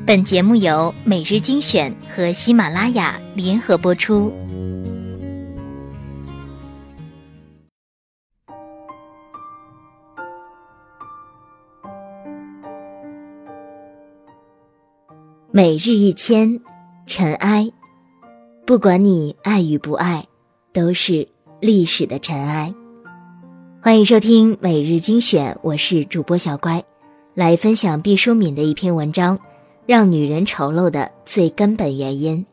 本节目由每日精选和喜马拉雅联合播出。每日一签，尘埃。不管你爱与不爱，都是历史的尘埃。欢迎收听每日精选，我是主播小乖，来分享毕淑敏的一篇文章，让女人丑陋的最根本原因。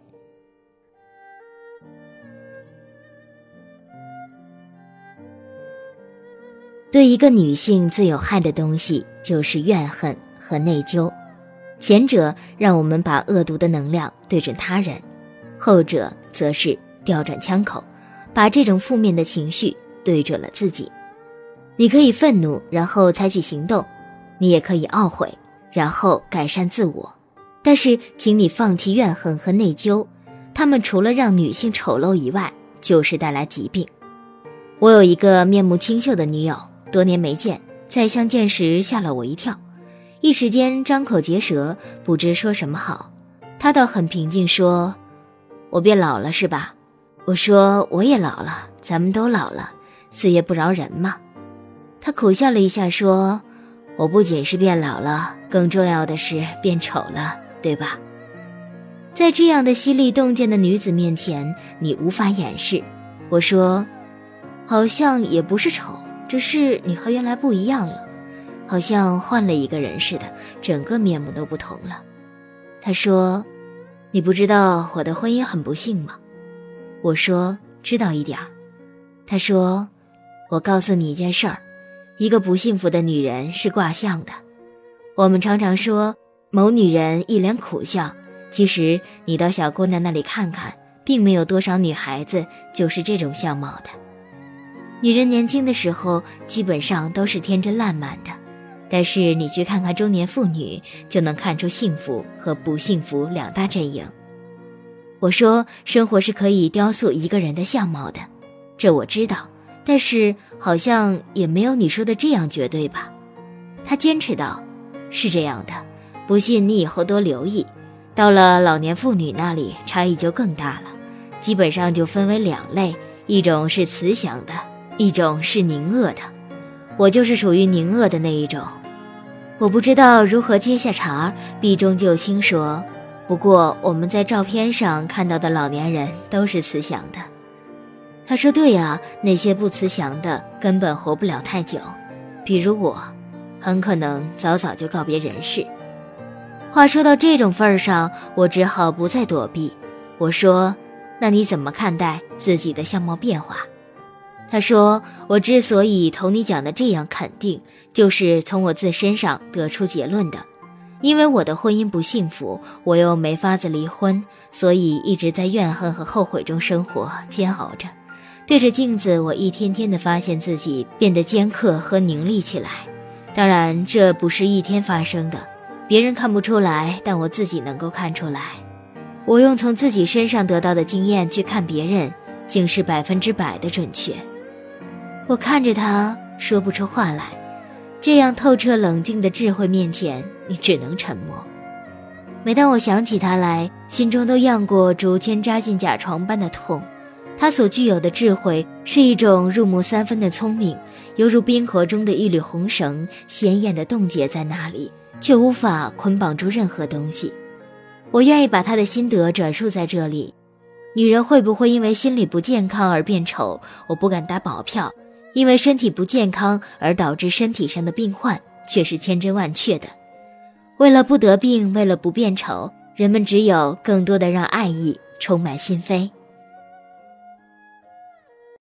对一个女性最有害的东西就是怨恨和内疚，前者让我们把恶毒的能量对准他人，后者则是调转枪口，把这种负面的情绪对准了自己。你可以愤怒，然后采取行动，你也可以懊悔，然后改善自我。但是请你放弃怨恨和内疚，它们除了让女性丑陋以外，就是带来疾病。我有一个面目清秀的女友，多年没见，在相见时吓了我一跳，一时间张口结舌，不知说什么好。她倒很平静说，我变老了是吧？我说我也老了，咱们都老了，岁月不饶人嘛。她苦笑了一下说，我不仅是变老了，更重要的是变丑了，对吧？在这样的犀利洞见的女子面前，你无法掩饰。我说，好像也不是丑，只是你和原来不一样了，好像换了一个人似的，整个面目都不同了。她说，你不知道我的婚姻很不幸吗？我说，知道一点儿。她说，我告诉你一件事儿，一个不幸福的女人是卦象的。我们常常说某女人一脸苦相，其实你到小姑娘那里看看，并没有多少女孩子就是这种相貌的。女人年轻的时候基本上都是天真烂漫的，但是你去看看中年妇女，就能看出幸福和不幸福两大阵营。我说，生活是可以雕塑一个人的相貌的，这我知道，但是好像也没有你说的这样绝对吧？他坚持道，是这样的，不信你以后多留意，到了老年妇女那里差异就更大了，基本上就分为两类，一种是慈祥的，一种是宁恶的。我就是属于宁恶的那一种。我不知道如何接下茬，避重就轻说，不过我们在照片上看到的老年人都是慈祥的。他说，对啊，那些不慈祥的根本活不了太久，比如我，很可能早早就告别人世。话说到这种份儿上，我只好不再躲避。我说，那你怎么看待自己的相貌变化？他说，我之所以同你讲的这样肯定，就是从我自身上得出结论的。因为我的婚姻不幸福，我又没法子离婚，所以一直在怨恨和后悔中生活，煎熬着。对着镜子，我一天天地发现自己变得尖刻和凝厉起来。当然，这不是一天发生的，别人看不出来，但我自己能够看出来。我用从自己身上得到的经验去看别人，竟是100%的准确。我看着他，说不出话来。这样透彻冷静的智慧面前，你只能沉默。每当我想起他来，心中都漾过竹签扎进甲床般的痛。他所具有的智慧是一种入木三分的聪明，犹如冰河中的一缕红绳，鲜艳地冻结在那里，却无法捆绑住任何东西。我愿意把他的心得转述在这里。女人会不会因为心理不健康而变丑，我不敢打保票，因为身体不健康而导致身体上的病患，却是千真万确的。为了不得病，为了不变丑，人们只有更多的让爱意充满心扉。